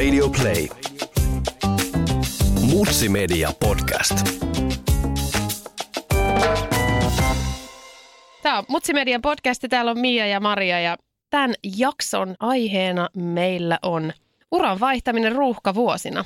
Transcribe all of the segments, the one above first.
Radio Play. Mutsi Media Podcast. Tämä on Mutsi Median podcast. Täällä on Mia ja Maria ja tämän jakson aiheena meillä on uran vaihtaminen ruuhkavuosina.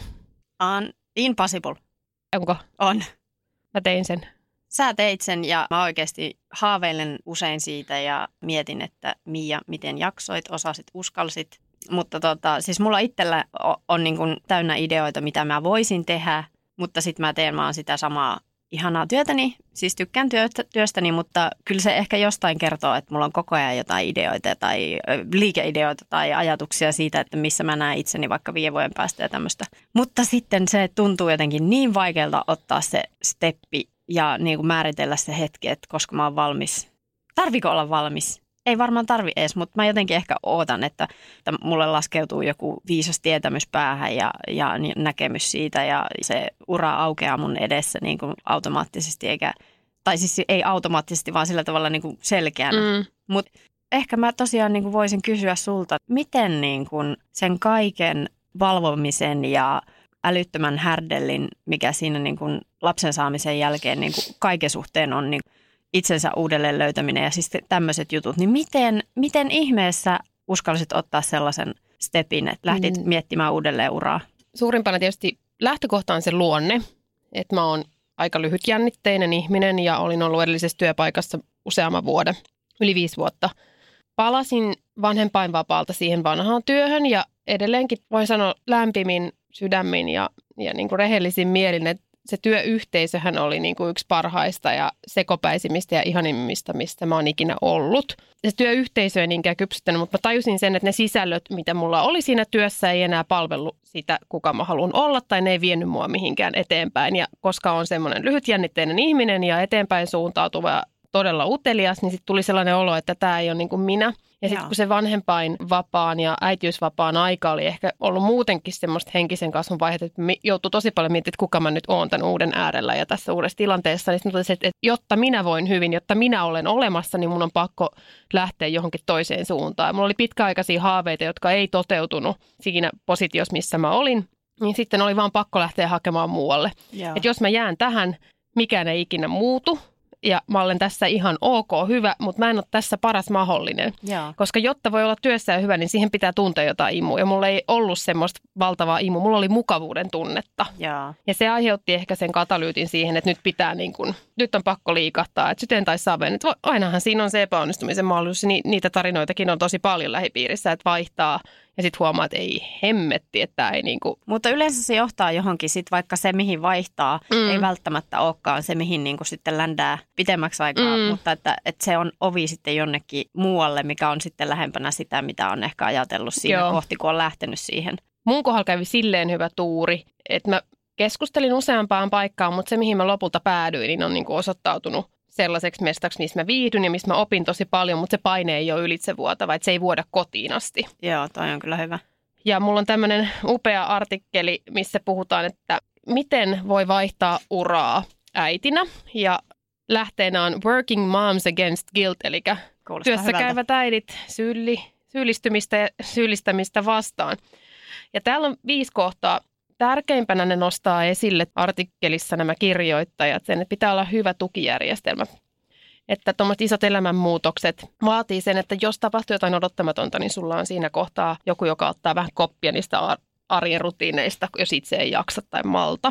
Impossible. Onko? On. Mä tein sen. Sä teit sen ja mä oikeasti haaveilen usein siitä ja mietin, että Mia, miten jaksoit, osasit, uskalsit. Mutta siis mulla itsellä on niin kuin täynnä ideoita, mitä mä voisin tehdä, mutta sitten mä teen vaan sitä samaa ihanaa työtäni. Siis tykkään työstäni, mutta kyllä se ehkä jostain kertoo, että mulla on koko ajan jotain ideoita tai liikeideoita tai ajatuksia siitä, että missä mä näen itseni vaikka 5 vuoden päästä ja tämmöistä. Mutta sitten se tuntuu jotenkin niin vaikealta ottaa se steppi ja niin kuin määritellä se hetki, että koska mä oon valmis. Tarviiko olla valmis? Ei varmaan tarvi edes, mutta mä jotenkin ehkä ootan, että mulle laskeutuu joku viisas tietämys päähän ja näkemys siitä ja se ura aukeaa mun edessä niin kuin automaattisesti, tai siis ei automaattisesti, vaan sillä tavalla niin kuin selkeänä. Mutta ehkä mä tosiaan niin kuin voisin kysyä sulta, miten niin kuin sen kaiken valvomisen ja älyttömän härdellin, mikä siinä niin kuin lapsen saamisen jälkeen niin kuin kaiken suhteen on niin itsensä uudelleen löytäminen ja siis tämmöiset jutut, niin miten ihmeessä uskallisit ottaa sellaisen stepin, että lähdit miettimään uudelleen uraa? Suurimpana tietysti lähtökohta on se luonne, että mä oon aika lyhytjännitteinen ihminen ja olin ollut edellisessä työpaikassa useamman vuoden, yli 5 vuotta. Palasin vanhempainvapaalta siihen vanhaan työhön ja edelleenkin voin sanoa lämpimin sydämin ja niin kuin rehellisin mielin, että se työyhteisöhän oli niin kuin yksi parhaista ja sekopäisimmistä ja ihanimmista, mistä mä oon ikinä ollut. Se työyhteisö ei niinkään kypsyttänyt, mutta mä tajusin sen, että ne sisällöt, mitä mulla oli siinä työssä, ei enää palvellut sitä, kuka mä haluan olla, tai ne ei vienyt mua mihinkään eteenpäin. Ja koska on semmoinen lyhytjännitteinen ihminen ja eteenpäin suuntautuva ja todella utelias, niin sitten tuli sellainen olo, että tämä ei ole niin kuin minä. Ja sitten kun se vanhempainvapaan ja äitiysvapaan aika oli ehkä ollut muutenkin semmoista henkisen kasvun vaihetta, että joutui tosi paljon miettimään, että kuka mä nyt oon tämän uuden äärellä ja tässä uudessa tilanteessa. Niin sitten että jotta minä voin hyvin, jotta minä olen olemassa, niin mun on pakko lähteä johonkin toiseen suuntaan. Mulla oli pitkäaikaisia haaveita, jotka ei toteutunut siinä positiossa, missä mä olin. Niin sitten oli vaan pakko lähteä hakemaan muualle. Että jos mä jään tähän, mikään ei ikinä muutu. Ja mä olen tässä ihan ok, hyvä, mutta mä en ole tässä paras mahdollinen. Koska jotta voi olla työssä hyvä, niin siihen pitää tuntea jotain imua. Ja mulla ei ollut semmoista valtavaa imua, mulla oli mukavuuden tunnetta. Ja se aiheutti ehkä sen katalyytin siihen, että nyt pitää niin kuin, nyt on pakko liikahtaa, että syteen tai saveen. Ainahan siinä on se epäonnistumisen mahdollisuus. Niitä tarinoitakin on tosi paljon lähipiirissä, että vaihtaa. Ja sitten huomaa, että ei hemmetti, että ei niinku. Mutta yleensä se johtaa johonkin, sit vaikka se mihin vaihtaa, ei välttämättä olekaan se mihin niinku sitten ländää pitemmäksi aikaa, mutta että se on ovi sitten jonnekin muualle, mikä on sitten lähempänä sitä, mitä on ehkä ajatellut siinä kohti, kun on lähtenyt siihen. Mun kohdalla kävi silleen hyvä tuuri, että mä keskustelin useampaan paikkaan, mutta se mihin mä lopulta päädyin, niin on niinku osoittautunut sellaiseksi mestaksi, missä mä viihdyn ja missä mä opin tosi paljon, mutta se paine ei ole ylitsevuotava, että se ei vuoda kotiin asti. Joo, toi on kyllä hyvä. Ja mulla on tämmöinen upea artikkeli, missä puhutaan, että miten voi vaihtaa uraa äitinä. Ja lähteenä on Working Moms Against Guilt, eli työssä käyvät äidit syyllistymistä ja syyllistämistä vastaan. Ja täällä on 5 kohtaa. Tärkeimpänä ne nostaa esille artikkelissa nämä kirjoittajat sen, että pitää olla hyvä tukijärjestelmä. Että tuommoiset isot elämänmuutokset vaatii sen, että jos tapahtuu jotain odottamatonta, niin sulla on siinä kohtaa joku, joka ottaa vähän koppia niistä arjen rutiineista, jos itse ei jaksa tai malta.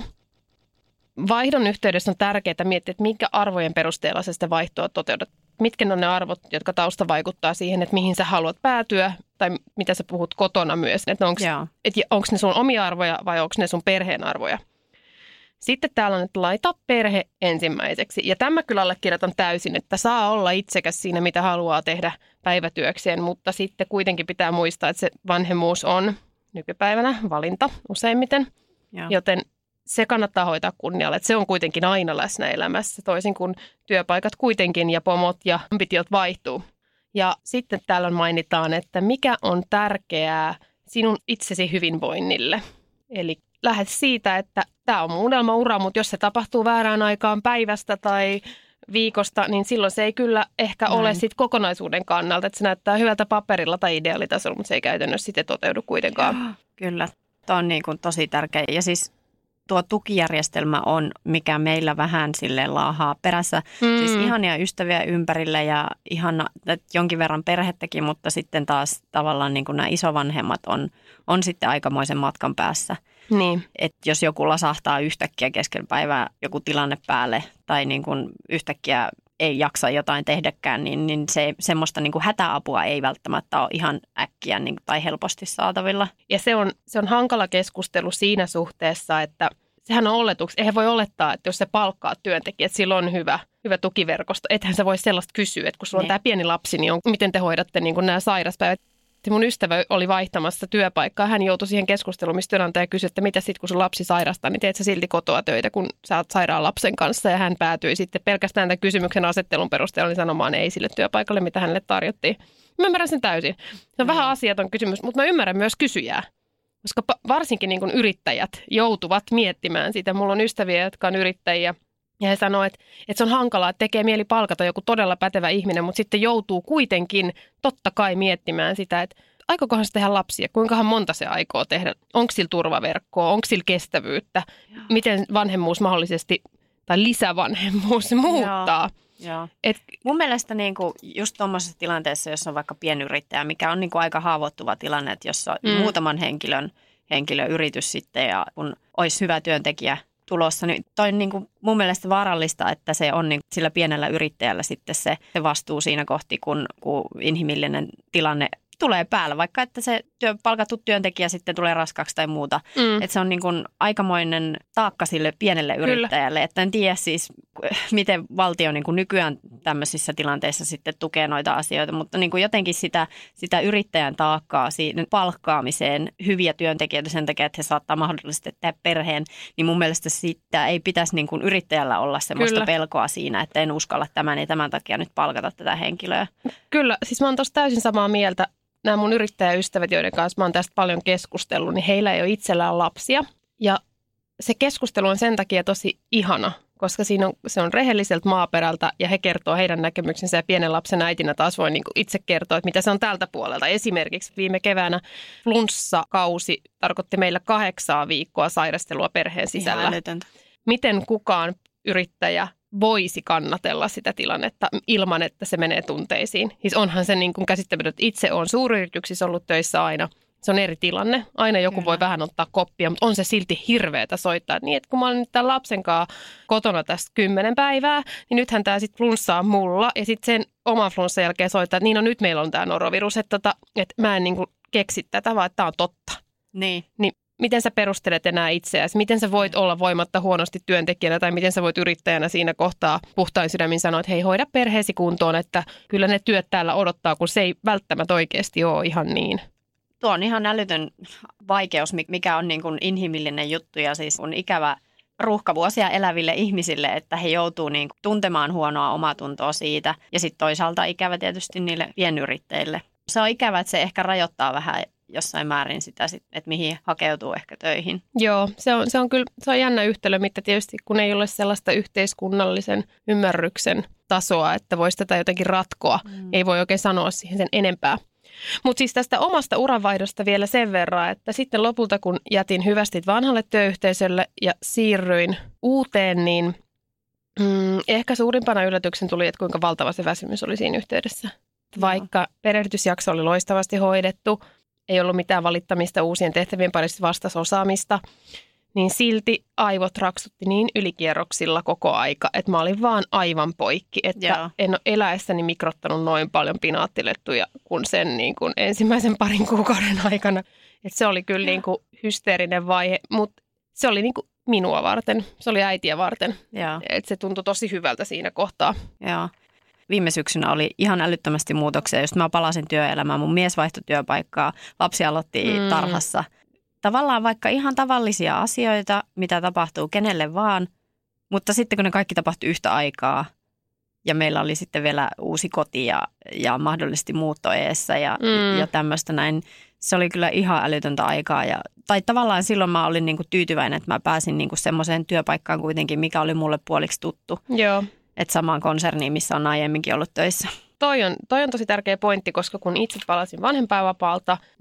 Vaihdon yhteydessä on tärkeää miettiä, että minkä arvojen perusteella sä sitä vaihtoa toteutat. Mitkä on ne arvot, jotka tausta vaikuttaa siihen, että mihin sä haluat päätyä tai mitä sä puhut kotona myös. Että onko ne sun omia arvoja vai onko ne sun perheen arvoja. Sitten täällä on, että laita perhe ensimmäiseksi. Ja tämä kyllä allekirjoitan täysin, että saa olla itsekäs siinä, mitä haluaa tehdä päivätyökseen. Mutta sitten kuitenkin pitää muistaa, että se vanhemmuus on nykypäivänä valinta useimmiten. Joten se kannattaa hoitaa kunnialla, että se on kuitenkin aina läsnä elämässä, toisin kuin työpaikat kuitenkin ja pomot ja ambitiot vaihtuu. Ja sitten täällä mainitaan, että mikä on tärkeää sinun itsesi hyvinvoinnille. Eli lähde siitä, että tämä on mun unelmaura, mutta jos se tapahtuu väärään aikaan päivästä tai viikosta, niin silloin se ei kyllä ehkä ole sit kokonaisuuden kannalta. Että se näyttää hyvältä paperilla tai ideaalitasolla, mutta se ei käytännössä sitten toteudu kuitenkaan. Kyllä. Tuo on niin kuin tosi tärkeä. Ja siis tuo tukijärjestelmä on, mikä meillä vähän silleen laahaa perässä. Siis ihania ystäviä ympärillä ja ihana, jonkin verran perhettäkin, mutta sitten taas tavallaan niin kuin nämä isovanhemmat on sitten aikamoisen matkan päässä. Niin. Että jos joku lasahtaa yhtäkkiä kesken päivää joku tilanne päälle tai niin kuin yhtäkkiä ei jaksa jotain tehdäkään, niin semmoista niin kuin hätäapua ei välttämättä ole ihan äkkiä niin, tai helposti saatavilla. Ja se on hankala keskustelu siinä suhteessa, että sehän on oletuksi. Eihän voi olettaa, että jos se palkkaa työntekijät, silloin on hyvä tukiverkosto. Ethän sä voi sellaista kysyä, että kun sulla on tämä pieni lapsi, niin miten te hoidatte niin kuin nämä sairaspäivät. Mun ystävä oli vaihtamassa työpaikkaa. Hän joutui siihen keskusteluun, missä työnantaja kysyi, että mitä sitten, kun sun lapsi sairastaa, niin teet sä silti kotoa töitä, kun sä oot sairaan lapsen kanssa. Ja hän päätyi sitten pelkästään tämän kysymyksen asettelun perusteella niin sanomaan ei sille työpaikalle, mitä hänelle tarjottiin. Mä ymmärrän sen täysin. Se on vähän asiaton kysymys, mutta mä ymmärrän myös kysyjää. Koska varsinkin niin kun yrittäjät joutuvat miettimään sitä. Mulla on ystäviä, jotka on yrittäjiä. Ja he sanoo, että se on hankalaa, että tekee mieli palkata joku todella pätevä ihminen, mutta sitten joutuu kuitenkin totta kai miettimään sitä, että aikokohan se tehdä lapsia, kuinkahan monta se aikoo tehdä, onko sillä turvaverkkoa, onko sillä kestävyyttä, miten vanhemmuus mahdollisesti tai lisävanhemmuus muuttaa. Joo. Mun mielestä niinku just tuommoisessa tilanteessa, jossa on vaikka pienyrittäjä, mikä on niinku aika haavoittuva tilanne, että jos on muutaman henkilön yritys sitten ja kun olisi hyvä työntekijä tulossa, niin toi on niinku mun mielestä vaarallista, että se on niinku sillä pienellä yrittäjällä sitten se vastuu siinä kohti, kun inhimillinen tilanne tulee päällä, vaikka että se palkattu työntekijä sitten tulee raskaaksi tai muuta. Että se on niin kuin aikamoinen taakka sille pienelle yrittäjälle. Että en tiedä siis, miten valtio niin kuin nykyään tämmöisissä tilanteissa sitten tukee noita asioita, mutta niin kuin jotenkin sitä yrittäjän taakkaa siinä palkkaamiseen hyviä työntekijöitä sen takia, että he saattaa mahdollisesti tehdä perheen, niin mun mielestä sitä ei pitäisi niin kuin yrittäjällä olla semmoista pelkoa siinä, että en uskalla tämän takia nyt palkata tätä henkilöä. Kyllä, siis mä oon tossa täysin samaa mieltä. Nämä mun yrittäjäystävät, joiden kanssa mä oon tästä paljon keskustellut, niin heillä ei ole itsellään lapsia. Ja se keskustelu on sen takia tosi ihana, koska se on rehelliseltä maaperältä ja he kertoo heidän näkemyksensä ja pienen lapsen äitinä taas voi niin kuin itse kertoa, että mitä se on tältä puolelta. Esimerkiksi viime keväänä flunssakausi tarkoitti meillä 8 viikkoa sairastelua perheen sisällä. Miten kukaan yrittäjä voisi kannatella sitä tilannetta ilman, että se menee tunteisiin. Siis onhan se niin kuin käsittämätöntä, että itse olen suuryrityksissä ollut töissä aina. Se on eri tilanne. Aina joku voi vähän ottaa koppia, mutta on se silti hirveätä soittaa. Niin, että kun mä olen nyt tämän lapsen kanssa kotona tästä 10 päivää, niin nythän tämä sitten flunssaa mulla. Ja sitten sen oman flunssan jälkeen soittaa, että niin nyt meillä on tämä norovirus, että mä en niin kuin keksi tätä, vaan että tämä on totta. Niin. Miten sä perustelet enää itseäsi? Miten sä voit olla voimatta huonosti työntekijänä tai miten sä voit yrittäjänä siinä kohtaa puhtain sydämin sanoa, että hei, hoida perheesi kuntoon, että kyllä ne työt täällä odottaa, kun se ei välttämättä oikeasti ole ihan niin. Tuo on ihan älytön vaikeus, mikä on niin kuin inhimillinen juttu ja siis on ikävä ruuhkavuosia eläville ihmisille, että he joutuu niin kuin tuntemaan huonoa omatuntoa siitä ja sitten toisaalta ikävä tietysti niille pienyrittäjille. Se on ikävä, että se ehkä rajoittaa vähän jossain määrin sitä, että mihin hakeutuu ehkä töihin. Joo, se on kyllä se on jännä yhtälö, mitä tietysti kun ei ole sellaista yhteiskunnallisen ymmärryksen tasoa, että voisi tätä jotenkin ratkoa. Ei voi oikein sanoa siihen sen enempää. Mutta siis tästä omasta uranvaihdosta vielä sen verran, että sitten lopulta kun jätin hyvästit vanhalle työyhteisölle ja siirryin uuteen, niin ehkä suurimpana yllätyksen tuli, että kuinka valtava se väsymys oli siinä yhteydessä. Vaikka perehdytysjakso oli loistavasti hoidettu, ei ollut mitään valittamista uusien tehtävien parissa vastasosaamista, niin silti aivot raksutti niin ylikierroksilla koko aika, että mä olin vaan aivan poikki, että en ole eläessäni mikrottanut noin paljon pinaattilettuja kuin sen niin kuin ensimmäisen parin kuukauden aikana. Että se oli kyllä niin kuin hysteerinen vaihe, mutta se oli niin kuin minua varten, se oli äitiä varten. Että se tuntui tosi hyvältä siinä kohtaa. Joo. Viime syksynä oli ihan älyttömästi muutoksia. Just mä palasin työelämään, mun mies vaihtoi työpaikkaa, lapsi aloitti tarhassa. Tavallaan vaikka ihan tavallisia asioita, mitä tapahtuu kenelle vaan, mutta sitten kun ne kaikki tapahtui yhtä aikaa ja meillä oli sitten vielä uusi koti ja mahdollisesti muutto eessä ja tämmöistä näin, se oli kyllä ihan älytöntä aikaa. Tai tavallaan silloin mä olin niinku tyytyväinen, että mä pääsin niinku semmoiseen työpaikkaan kuitenkin, mikä oli mulle puoliksi tuttu. Joo. Että samaan konserniin, missä on aiemminkin ollut töissä. Toi on tosi tärkeä pointti, koska kun itse palasin vanhempainvapaalta, niin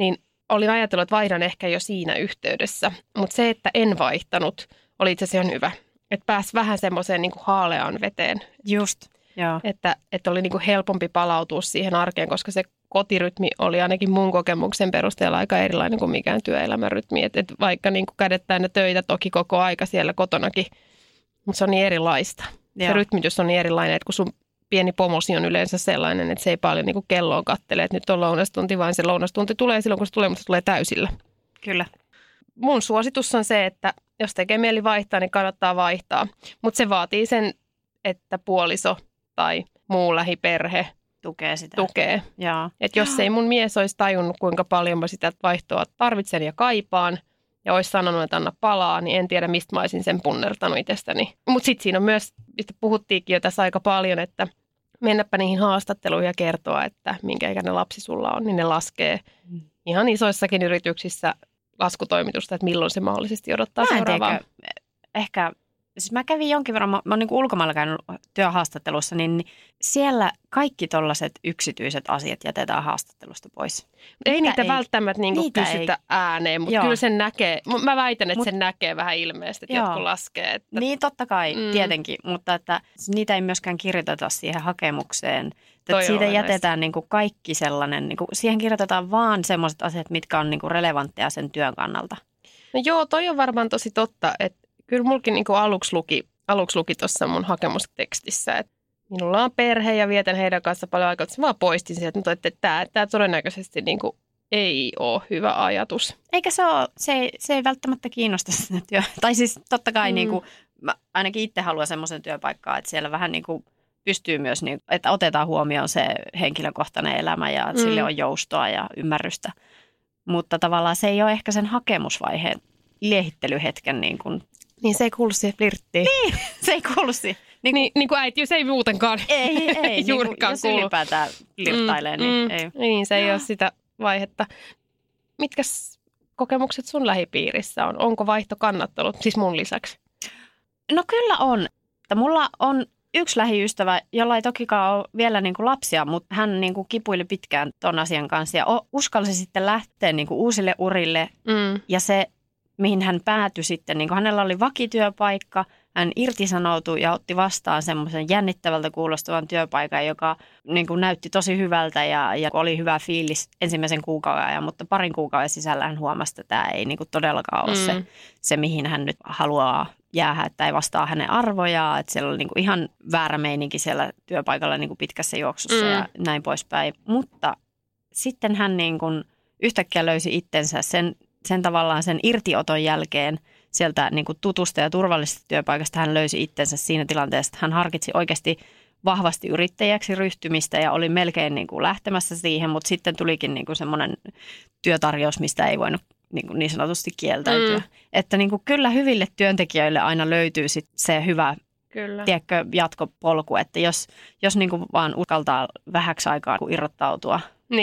olin ajatellut, että vaihdan ehkä jo siinä yhteydessä. Mutta se, että en vaihtanut, oli itse asiassa ihan hyvä. Että pääsi vähän semmoiseen niin kuin haaleaan veteen. Just, joo. Että oli niin kuin helpompi palautua siihen arkeen, koska se kotirytmi oli ainakin mun kokemuksen perusteella aika erilainen kuin mikään työelämän rytmi. Että vaikka niin kuin kädet täynnä töitä toki koko aika siellä kotonakin, mutta se on niin erilaista. Joo. Se rytmitys on niin erilainen, että kun sun pieni pomosi on yleensä sellainen, että se ei paljon niin kuin kelloon kattele, että nyt on lounastunti, vaan se lounastunti tulee silloin, kun se tulee, mutta se tulee täysillä. Kyllä. Mun suositus on se, että jos tekee mieli vaihtaa, niin kannattaa vaihtaa. Mutta se vaatii sen, että puoliso tai muu lähiperhe Tukee sitä. tukee. Joo. Et jos ei mun mies olisi tajunnut, kuinka paljon mä sitä vaihtoa tarvitsen ja kaipaan, ja olisi sanonut, että anna palaa, niin en tiedä, mistä mä olisin sen punnertanut itsestäni. Mutta sitten siinä on myös, mistä puhuttiinkin jo tässä aika paljon, että mennäpä niihin haastatteluihin ja kertoa, että minkä ikäinen lapsi sulla on, niin ne laskee ihan isoissakin yrityksissä laskutoimitusta, että milloin se mahdollisesti odottaa seuraavaa. Ehkä, siis mä kävin jonkin verran, mä oon niin kuin ulkomailla käynyt työhaastattelussa, niin siellä kaikki tollaiset yksityiset asiat jätetään haastattelusta pois. Ei niitä välttämättä niinku kysytä ääneen, mutta kyllä sen näkee. Mä väitän, että sen näkee vähän ilmeisesti, että jotkut laskee. Että niin totta kai, tietenkin, mutta että niitä ei myöskään kirjoiteta siihen hakemukseen. Että siitä jätetään niin kuin kaikki sellainen, niin kuin, siihen kirjoitetaan vaan sellaiset asiat, mitkä on niin kuin relevantteja sen työn kannalta. No joo, toi on varmaan tosi totta, että kyllä mulkin niin kuin aluksi luki tuossa mun hakemustekstissä, että minulla on perhe ja vietän heidän kanssa paljon aikaa. Mä vaan poistin sieltä, että tämä todennäköisesti niin kuin ei ole hyvä ajatus. Eikä se ole, se ei välttämättä kiinnosta sitä työtä. Tai siis totta kai niin kuin, mä ainakin itse haluan semmoisen työpaikkaa, että siellä vähän niin kuin pystyy myös, niin, että otetaan huomioon se henkilökohtainen elämä ja sille on joustoa ja ymmärrystä. Mutta tavallaan se ei ole ehkä sen hakemusvaiheen liehittelyhetken niin kuin. Niin se ei kuulu siihen flirttiin. Niin, se ei kuulu siihen. Niin kuin äiti, se ei muutenkaan ei juurikaan jos kuulu. Ylipäätään flirttailee, niin ei. Niin, se ei ole sitä vaihetta. Mitkäs kokemukset sun lähipiirissä on? Onko vaihto kannattanut, siis mun lisäksi? No kyllä on. Mulla on yksi lähiystävä, jolla ei tokikaan ole vielä niin kuin lapsia, mutta hän niin kuin kipuili pitkään ton asian kanssa ja uskalsi sitten lähteä niin kuin uusille urille. Ja se, mihin hän päätyi sitten, niin kuin hänellä oli vakityöpaikka, hän irtisanoutui ja otti vastaan semmoisen jännittävältä kuulostavan työpaikan, joka niin kuin näytti tosi hyvältä ja oli hyvä fiilis ensimmäisen kuukauden ajan, mutta parin kuukauden sisällä hän huomasi, että tämä ei niin kuin todellakaan ole se, mihin hän nyt haluaa jäädä, että ei vastaa hänen arvojaan, että siellä oli niin kuin ihan väärä meininki siellä työpaikalla niin kuin pitkässä juoksussa ja näin poispäin. Mutta sitten hän niin kuin yhtäkkiä löysi itsensä sen tavallaan sen irtioton jälkeen sieltä niin kuin tutusta ja turvallisesta työpaikasta hän löysi itsensä siinä tilanteessa, että hän harkitsi oikeasti vahvasti yrittäjäksi ryhtymistä ja oli melkein niin kuin lähtemässä siihen, mutta sitten tulikin niin kuin semmoinen työtarjous, mistä ei voinut niin sanotusti kieltäytyä. Että niin kuin kyllä hyville työntekijöille aina löytyy sit se hyvä tiedätkö, jatkopolku, että jos niin kuin vaan uskaltaa vähäksi aikaa irrottautua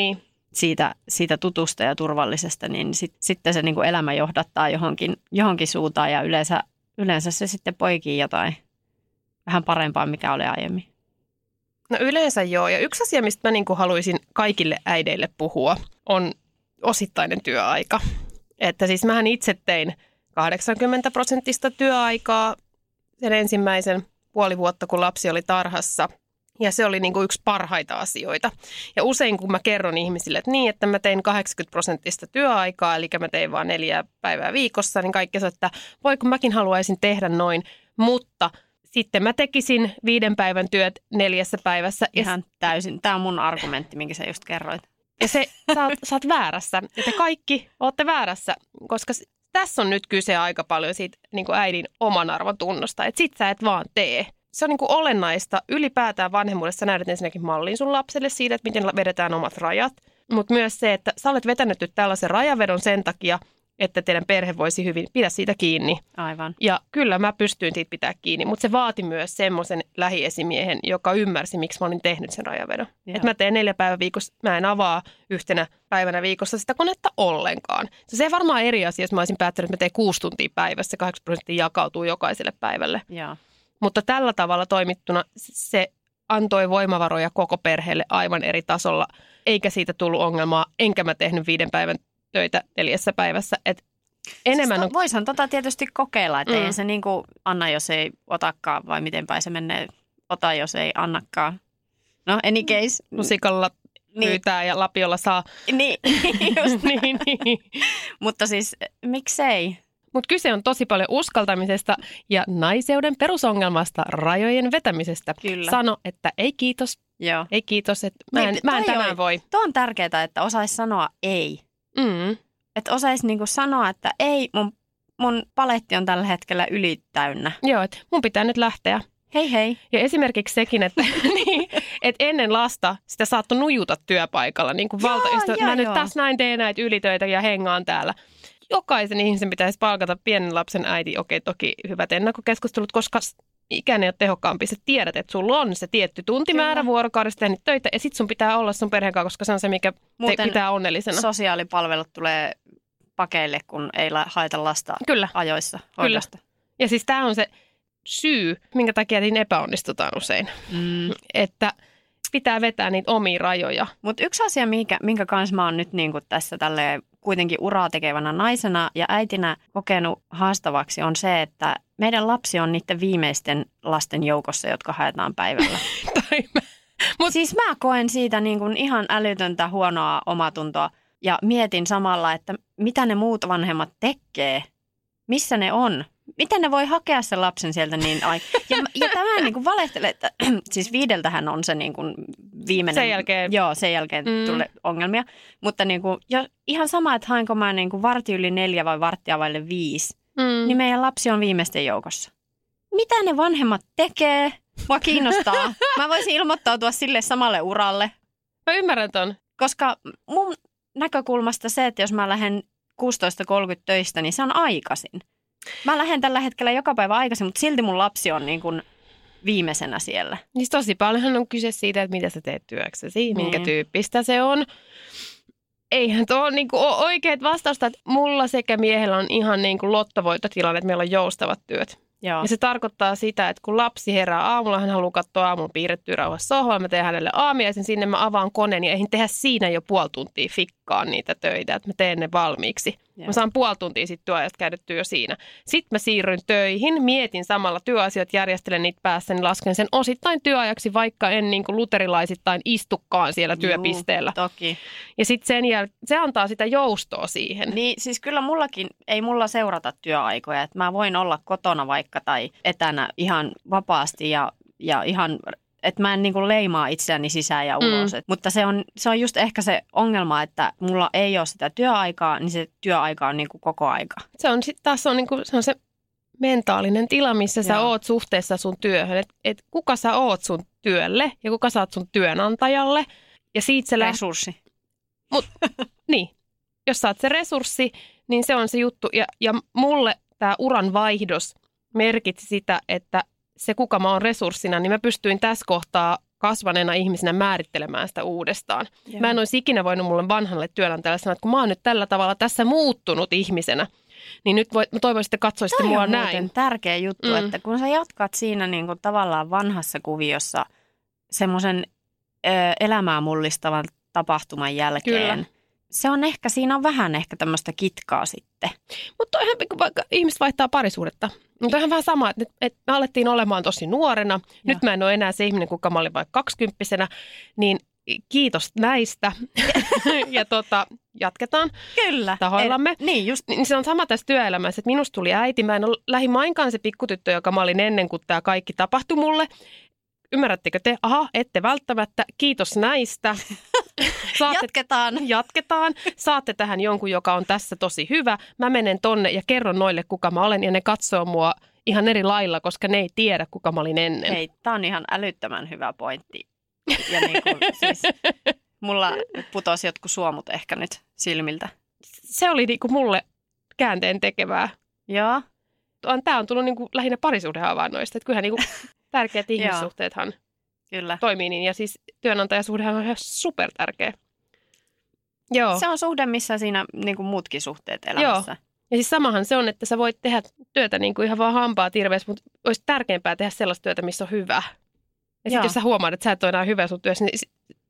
siitä tutusta ja turvallisesta, niin sitten se niin kuin elämä johdattaa johonkin suuntaan ja yleensä se sitten poikii jotain vähän parempaa, mikä oli aiemmin. No yleensä joo. Ja yksi asia, mistä mä niin kuin haluaisin kaikille äideille puhua, on osittainen työaika. Että siis mähän itse tein 80% työaikaa sen ensimmäisen puoli vuotta, kun lapsi oli tarhassa. Ja se oli niin kuin yksi parhaita asioita. Ja usein kun mä kerron ihmisille, että mä tein 80% työaikaa, eli mä tein vaan 4 päivää viikossa, niin kaikki sanoo, että voi kun mäkin haluaisin tehdä noin, mutta sitten mä tekisin 5 päivän työt 4 päivässä. Ihan täysin. Tämä on mun argumentti, minkä sä just kerroit. Ja sä oot väärässä. Ja te kaikki ootte väärässä, koska tässä on nyt kyse aika paljon siitä niin kuin äidin oman arvon tunnosta. Että sit sä et vaan tee. Se on niin kuin olennaista ylipäätään vanhemmuudessa nähdä ensinnäkin mallin sun lapselle siitä, että miten vedetään omat rajat. Mutta myös se, että sä olet vetänyt nyt tällaisen rajavedon sen takia, että teidän perhe voisi hyvin pidä siitä kiinni. Aivan. Ja kyllä mä pystyin siitä pitää kiinni, mutta se vaati myös semmoisen lähiesimiehen, joka ymmärsi, miksi mä olin tehnyt sen rajavedon. Että mä teen 4 päivän viikossa, mä en avaa yhtenä päivänä viikossa sitä konetta ollenkaan. Se ei varmaan eri asia, jos mä olisin päättänyt, että mä teen 6 tuntia päivässä, 8% jakautuu jokaiselle päivälle. Joo. Mutta tällä tavalla toimittuna se antoi voimavaroja koko perheelle aivan eri tasolla, eikä siitä tullut ongelmaa, enkä mä tehnyt 5 päivän töitä 4 päivässä. Et enemmän siis voisihan tietysti kokeilla, että ei se niin kuin anna, jos ei otakaan, vai miten päin se menee, ota, jos ei annakaan. No, any case. Lusikalla pyytää ja lapiolla saa. Niin, just niin. Mutta siis miksei? Mutta kyse on tosi paljon uskaltamisesta ja naiseuden perusongelmasta, rajojen vetämisestä. Kyllä. Sano, että ei kiitos, Joo. ei kiitos, että mä en tänään voi. Tuo on tärkeää, että osaisi sanoa ei. Että osaisi niinku sanoa, että ei, mun paletti on tällä hetkellä ylitäynnä. Joo, että mun pitää nyt lähteä. Hei hei. Ja esimerkiksi sekin, että, että ennen lasta sitä saattoi nujuta työpaikalla. Niin kuin mä nyt tässä näin teen näitä ylitöitä ja hengaan täällä. Jokaisen ihmisen pitäisi palkata pienen lapsen äiti. Okei, toki hyvät ennakkokeskustelut, koska ikäinen ei ole tehokkaampi. Sä tiedät, että sulla on se tietty tuntimäärä vuorokaudesta tehdä niitä töitä. Ja sit sun pitää olla sun perheen kanssa, koska se on se, mikä pitää onnellisena. Sosiaalipalvelut tulee pakeille, kun ei haeta lasta ajoissa hoidosta. Kyllä. Ja siis tää on se syy, minkä takia niin epäonnistutaan usein. Että pitää vetää niitä omia rajoja. Mutta yksi asia, minkä kanssa mä oon nyt niinku tässä tälleen kuitenkin uraa tekevänä naisena ja äitinä kokenut haastavaksi on se, että meidän lapsi on niiden viimeisten lasten joukossa, jotka haetaan päivällä. Siis mä koen siitä niin kuin ihan älytöntä huonoa omatuntoa ja mietin samalla, että mitä ne muut vanhemmat tekee, missä ne on. Miten ne voi hakea sen lapsen sieltä niin ja tämä niin kuin valehtelee, että siis 5:hän on se niin kuin viimeinen. Sen jälkeen tulee ongelmia. Mutta niin kuin, ihan sama, että haenko mä niin kuin 4:15 vai 4:45, niin meidän lapsi on viimeisten joukossa. Mitä ne vanhemmat tekee? Mua kiinnostaa. Mä voisin ilmoittautua sille samalle uralle. Mä ymmärrän ton. Koska mun näkökulmasta se, että jos mä lähden 16:30 töistä, niin se on aikaisin. Mä lähden tällä hetkellä joka päivä aikaisin, mutta silti mun lapsi on niin kuin viimeisenä siellä. Niin tosi paljonhan on kyse siitä, että mitä sä teet työksesi, minkä tyyppistä se on. Eihän tuo ole niinku oikeat vastausta, että mulla sekä miehellä on ihan niinku lottovoittotilanne, että meillä on joustavat työt. Joo. Ja se tarkoittaa sitä, että kun lapsi herää aamulla, hän haluaa katsoa aamulla piirrettyä rauhassa sohvaa, mä teen hänelle aamiaisen, sinne mä avaan koneen ja eihin tehdä siinä jo 0,5 tuntia fikkaan niitä töitä, että mä teen ne valmiiksi. Joo. Mä saan 0,5 tuntia sitten työajasta käytettyä jo siinä. Sitten mä siirryn töihin, mietin samalla työasiat, järjestelen niitä päässä, niin lasken sen osittain työajaksi, vaikka en niin kuin luterilaisittain istukaan siellä työpisteellä. Toki. Ja sitten sen jälkeen se antaa sitä joustoa siihen. Niin siis kyllä ei mulla seurata työaikoja, että mä voin olla kotona vaikka tai etänä ihan vapaasti ja ihan, että mä en niin kuin leimaa itseäni sisään ja ulos. Mutta se on just ehkä se ongelma, että mulla ei ole sitä työaikaa, niin se työaika on niin kuin koko aika. Se on sitten taas se on se mentaalinen tila, missä sä oot suhteessa sun työhön. Et kuka sä oot sun työlle ja kuka sä oot sun työnantajalle. Ja siitä se resurssi. Niin, jos sä oot se resurssi, niin se on se juttu. Ja mulle tämä uran vaihdos merkitsi sitä, että se kuka mä oon resurssina, niin mä pystyin tässä kohtaa kasvaneena ihmisenä määrittelemään sitä uudestaan. Joo. Mä en olisi ikinä voinut mulle vanhalle työnantajalle sanoa, että kun mä oon nyt tällä tavalla tässä muuttunut ihmisenä, niin nyt mä toivoisin, että katsoisitte mua näin. Tämä on tärkeä juttu, että kun sä jatkat siinä niin kuin tavallaan vanhassa kuviossa semmoisen elämää mullistavan tapahtuman jälkeen, kyllä. Siinä on vähän ehkä tämmöistä kitkaa sitten. Mutta vaikka ihmiset vaihtaa parisuudetta. Mutta ihan vähän sama, että me alettiin olemaan tosi nuorena. Ja. Nyt mä en ole enää se ihminen, kuka mä olin vaikka 20-vuotiaana. Niin kiitos näistä. Ja jatketaan kyllä. tahoillamme. Niin just. Niin se on sama tässä työelämässä, että minusta tuli äiti. Mä en ole lähimainkaan se pikkutyttö, joka mä olin ennen kuin tämä kaikki tapahtui mulle. Ymmärrättekö te? Aha, ette välttämättä. Kiitos näistä. Jatketaan. Saatte tähän jonkun, joka on tässä tosi hyvä. Mä menen tonne ja kerron noille, kuka mä olen. Ja ne katsoo mua ihan eri lailla, koska ne ei tiedä, kuka mä olin ennen. Hei, tää on ihan älyttömän hyvä pointti. Ja niin kuin, siis, mulla putosi jotkut suomut ehkä nyt silmiltä. Se oli niin kuin mulle käänteen tekevää. Joo. Tämä on tullut niin kuin lähinnä parisuuden havainnoista. Että kyllähän niin kuin tärkeät ihmissuhteethan kyllä. toimii niin. Ja siis työnantajasuhdehan on ihan supertärkeä. Joo. Se on suhde, missä siinä niin kuin muutkin suhteet elämässä. Joo. Ja siis samahan se on, että sä voit tehdä työtä niin kuin ihan vaan hampaa tirveessä, mutta olisi tärkeämpää tehdä sellaista työtä, missä on hyvä. Ja sitten jos sä huomaat, että sä et ole enää hyvä sun työssä, niin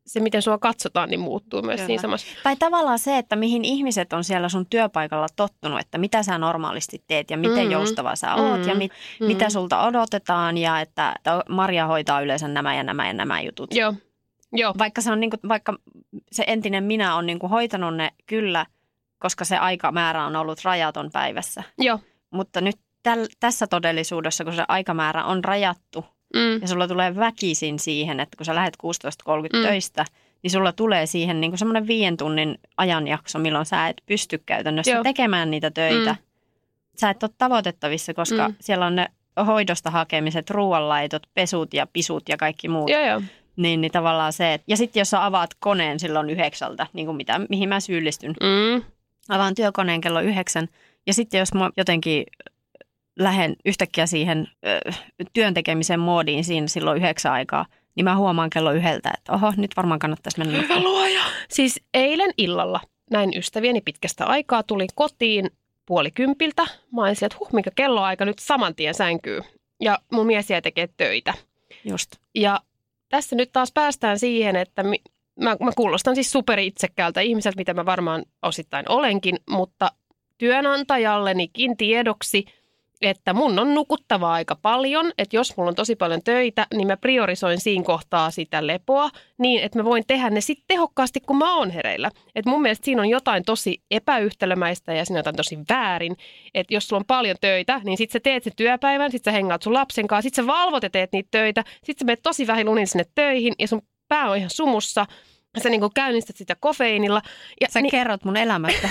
se, miten sua katsotaan, niin muuttuu myös Kyllä. siinä samassa. Tai tavallaan se, että mihin ihmiset on siellä sun työpaikalla tottunut, että mitä sä normaalisti teet ja miten joustava sä oot ja mitä sulta odotetaan ja että Maria hoitaa yleensä nämä ja nämä ja nämä jutut. Joo. Vaikka se entinen minä on niinku hoitanut ne kyllä, koska se aikamäärä on ollut rajaton päivässä. Joo. Mutta nyt tässä todellisuudessa, kun se aikamäärä on rajattu ja sulla tulee väkisin siihen, että kun sä lähdet 16.30 töistä, niin sulla tulee siihen niinku semmoinen 5 tunnin ajanjakso, milloin sä et pysty käytännössä tekemään niitä töitä. Sä et ole tavoitettavissa, koska siellä on ne hoidosta hakemiset, ruoanlaitot, pesut ja pisut ja kaikki muut. Joo. Niin tavallaan se, ja sitten jos sä avaat koneen silloin 9, niin kuin mihin mä syyllistyn. Avaan työkoneen kello 9 ja sitten jos mä jotenkin lähden yhtäkkiä siihen työn tekemisen moodiin siinä silloin 9 aikaa, niin mä huomaan kello 1, että oho, nyt varmaan kannattaisi mennä. Hyvä luoja. Siis eilen illalla näin ystävieni pitkästä aikaa tulin kotiin 9:30. Mä olin että mikä kelloaika nyt saman tien sänkyy. Ja mun mies jäi tekee töitä. Just. Ja tässä nyt taas päästään siihen, että mä kuulostan siis superitsekkäältä ihmiseltä, mitä mä varmaan osittain olenkin, mutta työnantajallenikin tiedoksi, että mun on nukuttava aika paljon, että jos mulla on tosi paljon töitä, niin mä priorisoin siinä kohtaa sitä lepoa niin, että mä voin tehdä ne sitten tehokkaasti, kun mä oon hereillä. Et mun mielestä siinä on jotain tosi epäyhtälömäistä ja siinä on jotain tosi väärin, että jos sulla on paljon töitä, niin sit sä teet sen työpäivän, sit sä hengaat sun lapsen kanssa, sit sä valvot ja teet niitä töitä, sit sä menet tosi vähilunin sinne töihin ja sun pää on ihan sumussa, sä niinku käynnistät sitä kofeiinilla. Ja sä kerrot mun elämästä.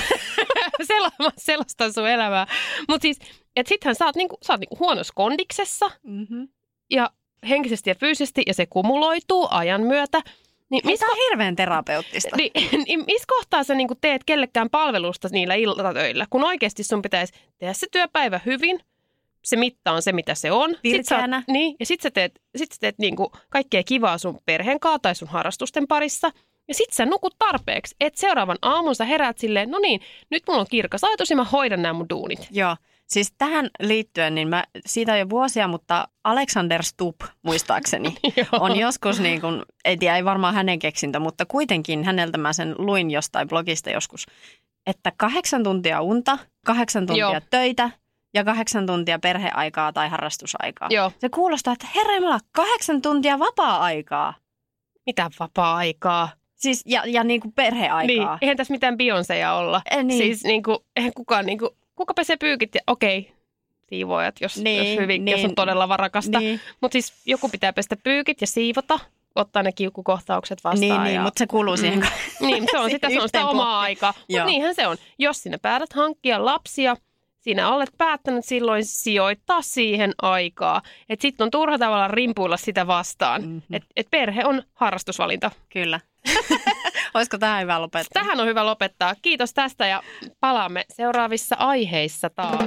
Selostan sun elämää. Mutta siis, että sittenhän sä oot niinku huonossa kondiksessa ja henkisesti ja fyysisesti ja se kumuloituu ajan myötä. Niin tämä on hirveän terapeuttista. Niin missä kohtaa sä niinku teet kellekään palvelusta niillä iltatöillä, kun oikeasti sun pitäisi tehdä se työpäivä hyvin. Se mitta on se, mitä se on. Virkeänä. Ja sit sä teet niinku kaikkea kivaa sun perheen kanssa tai sun harrastusten parissa. Ja sit sä nukut tarpeeksi, että seuraavan aamun sä heräät silleen, no niin, nyt mulla on kirkas ajatus ja mä hoidan nämä mun duunit. Joo, siis tähän liittyen, niin siitä on jo vuosia, mutta Alexander Stubb muistaakseni on joskus, niin kuin, ei varmaan hänen keksintö, mutta kuitenkin häneltä mä sen luin jostain blogista joskus, että 8 tuntia unta, 8 tuntia töitä ja 8 tuntia perheaikaa tai harrastusaikaa. Joo. Se kuulostaa, että herra, 8 tuntia vapaa-aikaa. Mitä vapaa-aikaa? Siis, ja niin kuin perheaikaa. Niin, eihän tässä mitään Beyoncéja olla. Niin. Siis niin kuin, eihän kukaan, niin kuin, kuka pesee pyykit ja okei, siivoojat, jos hyvin, jos on todella varakasta. Niin. Mutta siis joku pitää pestä pyykit ja siivota, ottaa ne kiukkukohtaukset vastaan. Niin, mutta se kuuluu siihen. Niin, se on sitä omaa aikaa. Mutta niinhän se on. Jos sinä päätät hankkia lapsia, sinä olet päättänyt silloin sijoittaa siihen aikaa. Että sitten on turha tavallaan rimpuilla sitä vastaan. Et perhe on harrastusvalinta. Kyllä. Olisiko tähän hyvä lopettaa? Tähän on hyvä lopettaa. Kiitos tästä ja palaamme seuraavissa aiheissa taas.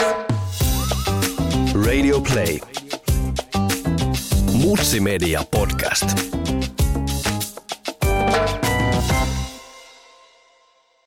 Radio Play. Mutsi Media Podcast.